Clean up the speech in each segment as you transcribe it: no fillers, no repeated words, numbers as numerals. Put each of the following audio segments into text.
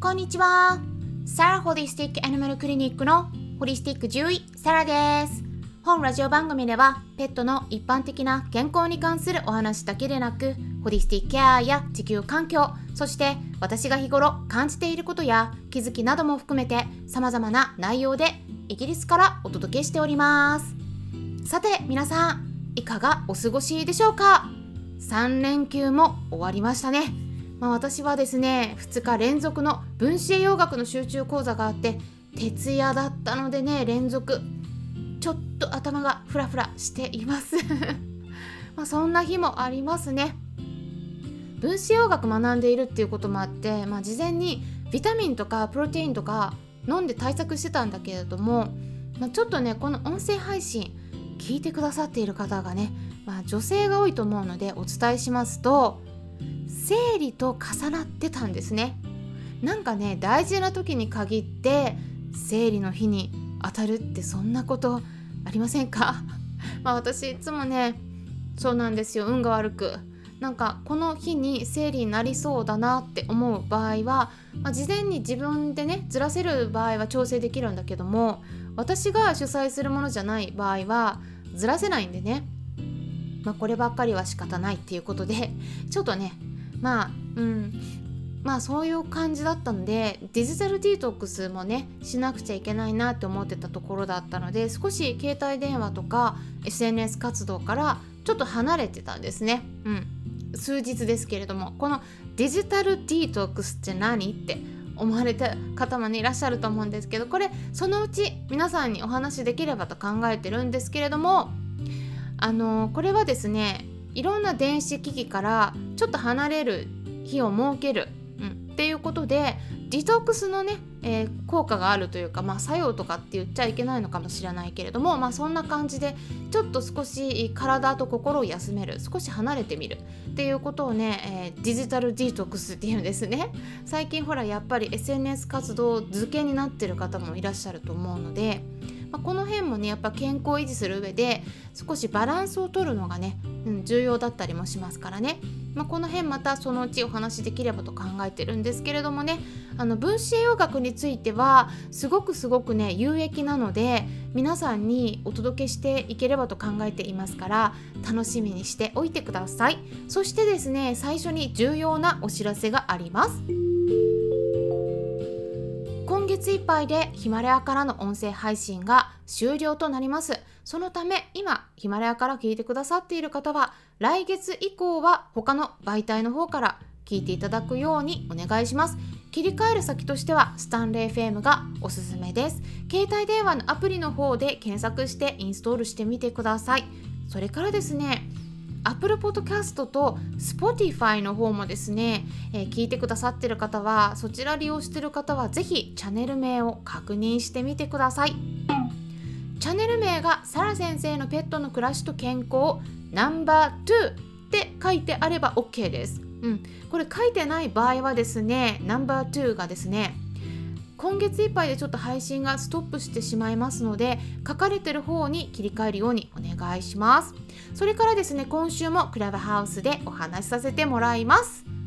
こんにちは。サラホリスティックアニマルクリニックのホリスティック獣医サラです。本ラジオ番組ではペットの一般的な健康に関するお話だけでなく、ホリスティックケアや地球環境、そして私が日頃感じていることや気づきなども含めて様々な内容でイギリスからお届けしております。さて皆さん、いかがお過ごしでしょうか。3連休も終わりましたね。私はですね、2日連続の分子栄養学の集中講座があって徹夜だったのでね、連続ちょっと頭がフラフラしていますそんな日もありますね。分子栄養学学んでいるっていうこともあって、事前にビタミンとかプロテインとか飲んで対策してたんだけれども、ちょっとね、この音声配信聞いてくださっている方がね、女性が多いと思うのでお伝えしますと、生理と重なってたんですね。なんかね、大事な時に限って生理の日に当たるってそんなことありませんか私いつもね、そうなんですよ、運が悪く、なんかこの日に生理になりそうだなって思う場合は、事前に自分でねずらせる場合は調整できるんだけども、私が主催するものじゃない場合はずらせないんでね、こればっかりは仕方ないっていうことで、ちょっとねそういう感じだったので、デジタルディトックスもねしなくちゃいけないなって思ってたところだったので、少し携帯電話とか SNS 活動からちょっと離れてたんですね。数日ですけれども、このデジタルディトックスって何って思われた方もねいらっしゃると思うんですけど、これそのうち皆さんにお話できればと考えてるんですけれども、これはですね、いろんな電子機器からちょっと離れる日を設ける、っていうことでディトックスのね、効果があるというか、作用とかって言っちゃいけないのかもしれないけれども、そんな感じでちょっと少し体と心を休める、少し離れてみるっていうことをね、デジタルディトックスっていうんですね。最近ほらやっぱり SNS 活動漬けになってる方もいらっしゃると思うので、この辺もねやっぱ健康を維持する上で少しバランスを取るのがね、重要だったりもしますからね、この辺またそのうちお話できればと考えてるんですけれどもね、分子栄養学についてはすごくね有益なので、皆さんにお届けしていければと考えていますから、楽しみにしておいてください。そしてですね、最初に重要なお知らせがあります。今月いっぱいでヒマラヤからの音声配信が終了となります。そのため今ヒマラヤから聞いてくださっている方は、来月以降は他の媒体の方から聞いていただくようにお願いします。切り替える先としてはスタンレー FM がおすすめです。携帯電話のアプリの方で検索してインストールしてみてください。それからですね、Apple Podcast と Spotify の方もですね、聞いてくださっている方は、そちら利用している方はぜひチャンネル名を確認してみてください。チャンネル名がサラ先生のペットの暮らしと健康 No.2 って書いてあれば OK です。これ書いてない場合はですね、No.2 がですね、今月いっぱいでちょっと配信がストップしてしまいますので、書かれてる方に切り替えるようにお願いします。それからですね、今週もクラブハウスでお話しさせてもらいます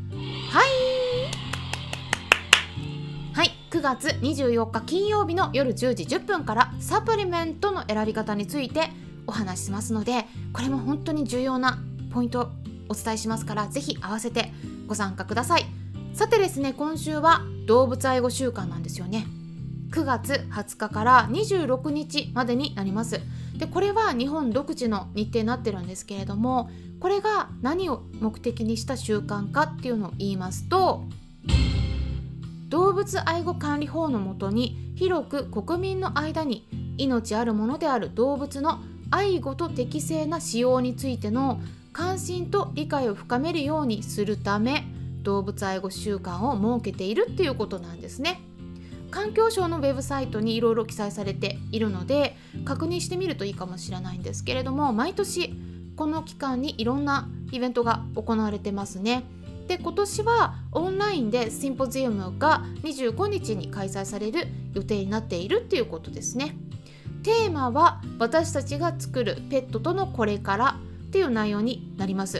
。9月24日金曜日の夜10時10分からサプリメントの選び方についてお話ししますので、これも本当に重要なポイントをお伝えしますから、ぜひ合わせてご参加ください。さてですね、今週は動物愛護週間なんですよね。9月20日から26日までになります。で、これは日本独自の日程になってるんですけれども、これが何を目的にした習慣かっていうのを言いますと、動物愛護管理法の下に広く国民の間に命あるものである動物の愛護と適正な使用についての関心と理解を深めるようにするため、動物愛護週間を設けているっていうことなんですね。環境省のウェブサイトにいろいろ記載されているので確認してみるといいかもしれないんですけれども、毎年この期間にいろんなイベントが行われてますね。で、今年はオンラインでシンポジウムが25日に開催される予定になっているっていうことですね。テーマは私たちが作るペットとのこれからっていう内容になります。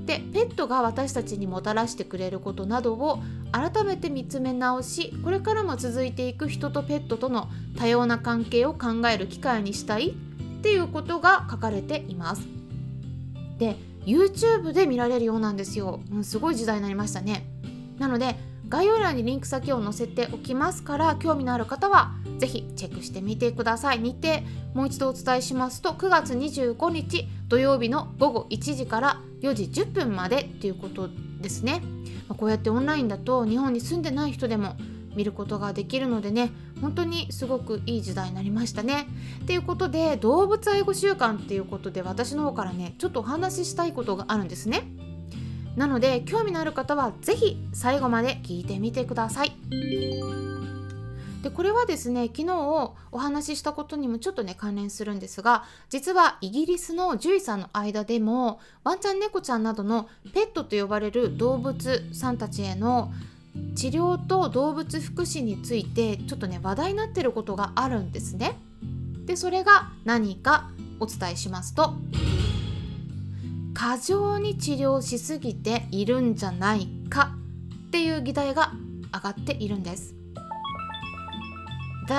でペットが私たちにもたらしてくれることなどを改めて見つめ直し、これからも続いていく人とペットとの多様な関係を考える機会にしたいっていうことが書かれています。で YouTube で見られるようなんですよ。すごい時代になりましたね。なので概要欄にリンク先を載せておきますから、興味のある方はぜひチェックしてみてください。日程もう一度お伝えしますと、9月25日土曜日の午後1時から4時10分までということですね。こうやってオンラインだと日本に住んでない人でも見ることができるのでね、本当にすごくいい時代になりましたね。ということで、動物愛護週間っていうことで私の方からねちょっとお話ししたいことがあるんですね。なので興味のある方はぜひ最後まで聞いてみてください。でこれはですね、昨日お話ししたことにもちょっとね関連するんですが、実はイギリスの獣医さんの間でもワンちゃん猫ちゃんなどのペットと呼ばれる動物さんたちへの治療と動物福祉についてちょっとね話題になっていることがあるんですね。でそれが何かお伝えしますと、過剰に治療しすぎているんじゃないかっていう議題が上がっているんです。The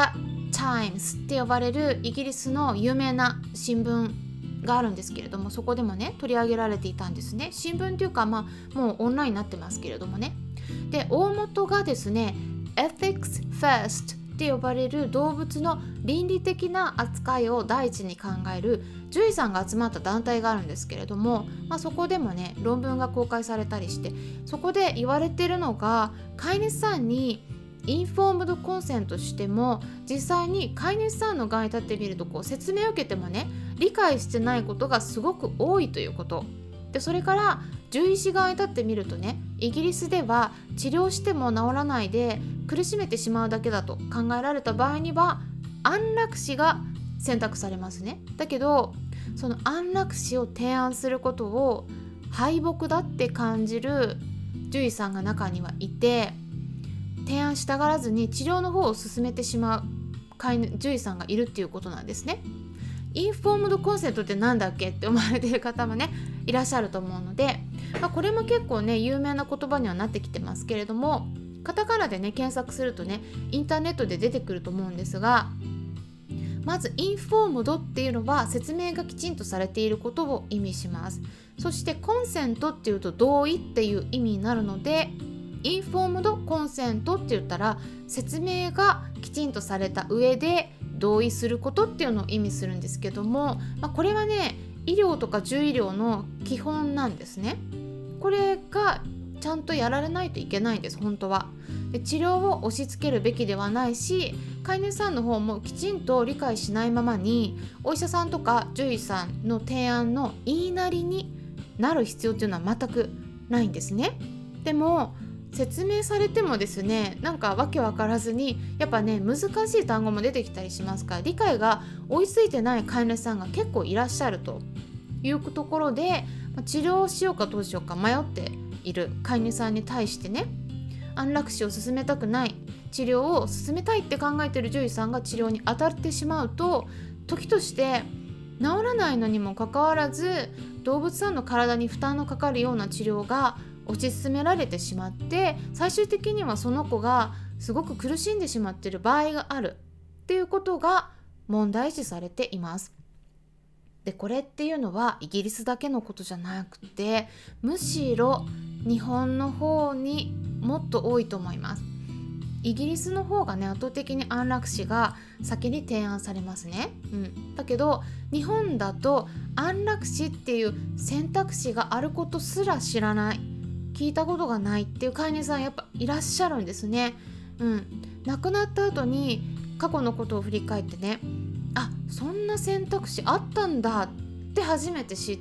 Times って呼ばれるイギリスの有名な新聞があるんですけれども、そこでもね取り上げられていたんですね。新聞というかもうオンラインになってますけれどもね。で大元がですね Ethics First って呼ばれる動物の倫理的な扱いを第一に考える獣医さんが集まった団体があるんですけれども、そこでもね論文が公開されたりして、そこで言われているのが、飼い主さんにインフォームドコンセントしても実際に飼い主さんの側に立ってみると説明を受けてもね理解してないことがすごく多いということで、それから獣医師側に立ってみるとね、イギリスでは治療しても治らないで苦しめてしまうだけだと考えられた場合には安楽死が選択されますね。だけどその安楽死を提案することを敗北だって感じる獣医さんが中にはいて、提案したがらずに治療の方を進めてしまう獣医さんがいるっていうことなんですね。インフォームドコンセントってなんだっけって思われている方もねいらっしゃると思うので、これも結構ね有名な言葉にはなってきてますけれども、カタカナでね検索するとねインターネットで出てくると思うんですが、まずインフォームドっていうのは説明がきちんとされていることを意味します。そしてコンセントっていうと同意っていう意味になるので、インフォームドコンセントって言ったら説明がきちんとされた上で同意することっていうのを意味するんですけども、これはね医療とか獣医療の基本なんですね。これがちゃんとやられないといけないんです。本当はで治療を押し付けるべきではないし、飼い主さんの方もきちんと理解しないままにお医者さんとか獣医さんの提案の言いなりになる必要っていうのは全くないんですね。でも説明されてもですね、なんかわけわからずにやっぱね難しい単語も出てきたりしますから、理解が追いついてない飼い主さんが結構いらっしゃるというところで、治療をしようかどうしようか迷っている飼い主さんに対してね、安楽死を進めたくない、治療を進めたいって考えている獣医さんが治療に当たってしまうと、時として治らないのにもかかわらず動物さんの体に負担のかかるような治療が推し進められてしまって、最終的にはその子がすごく苦しんでしまっている場合があるっていうことが問題視されています。でこれっていうのはイギリスだけのことじゃなくて、むしろ日本の方にもっと多いと思います。イギリスの方がね圧倒的に安楽死が先に提案されますね、だけど日本だと安楽死っていう選択肢があることすら知らない、聞いたことがないっていう飼い主さんやっぱいらっしゃるんですね。亡くなった後に過去のことを振り返ってね、あ、そんな選択肢あったんだって初めて知って、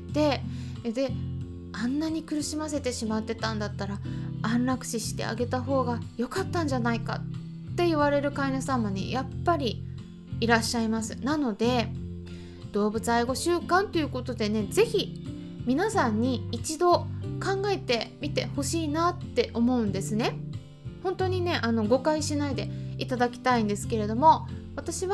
であんなに苦しませてしまってたんだったら安楽死してあげた方が良かったんじゃないかって言われる飼い主様にやっぱりいらっしゃいます。なので動物愛護週間ということでね、ぜひ皆さんに一度考えてみてほしいなって思うんですね。本当にね誤解しないでいただきたいんですけれども、私は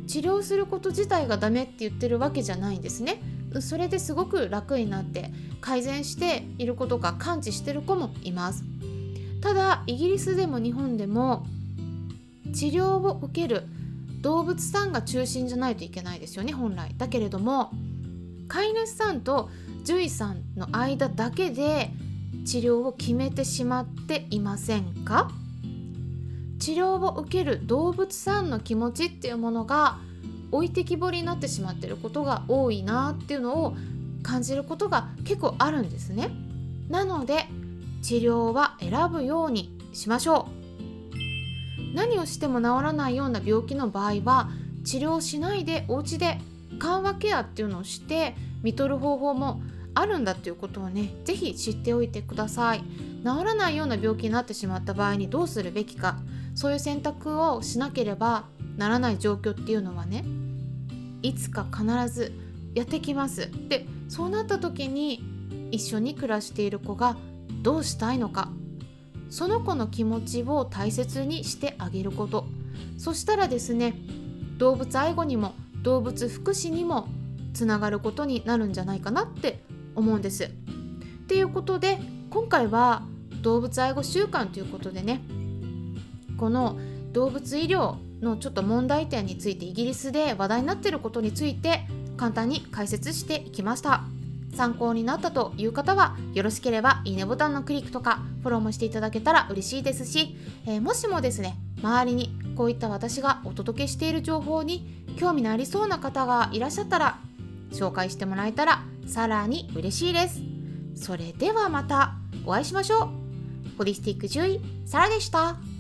治療すること自体がダメって言ってるわけじゃないんですね。それですごく楽になって改善していることが完治してる子もいます。ただイギリスでも日本でも治療を受ける動物さんが中心じゃないといけないですよね、本来。だけれども飼い主さんと獣医さんの間だけで治療を決めてしまっていませんか？治療を受ける動物さんの気持ちっていうものが置いてきぼりになってしまっていることが多いなっていうのを感じることが結構あるんですね。なので治療は選ぶようにしましょう。何をしても治らないような病気の場合は治療しないでお家で緩和ケアっていうのをして見とる方法もあるんだっていうことをね、ぜひ知っておいてください。治らないような病気になってしまった場合にどうするべきか、そういう選択をしなければならない状況っていうのはね、いつか必ずやってきます。で、そうなった時に一緒に暮らしている子がどうしたいのか、その子の気持ちを大切にしてあげること。そしたらですね、動物愛護にも動物福祉にもつながることになるんじゃないかなって思うんです。っていうことで今回は動物愛護週間ということでね、この動物医療のちょっと問題点についてイギリスで話題になっていることについて簡単に解説していきました。参考になったという方はよろしければいいねボタンのクリックとかフォローもしていただけたら嬉しいですし、もしもですね、周りにこういった私がお届けしている情報に興味のありそうな方がいらっしゃったら紹介してもらえたらさらに嬉しいです。それではまたお会いしましょう。ホリスティック獣医サラでした。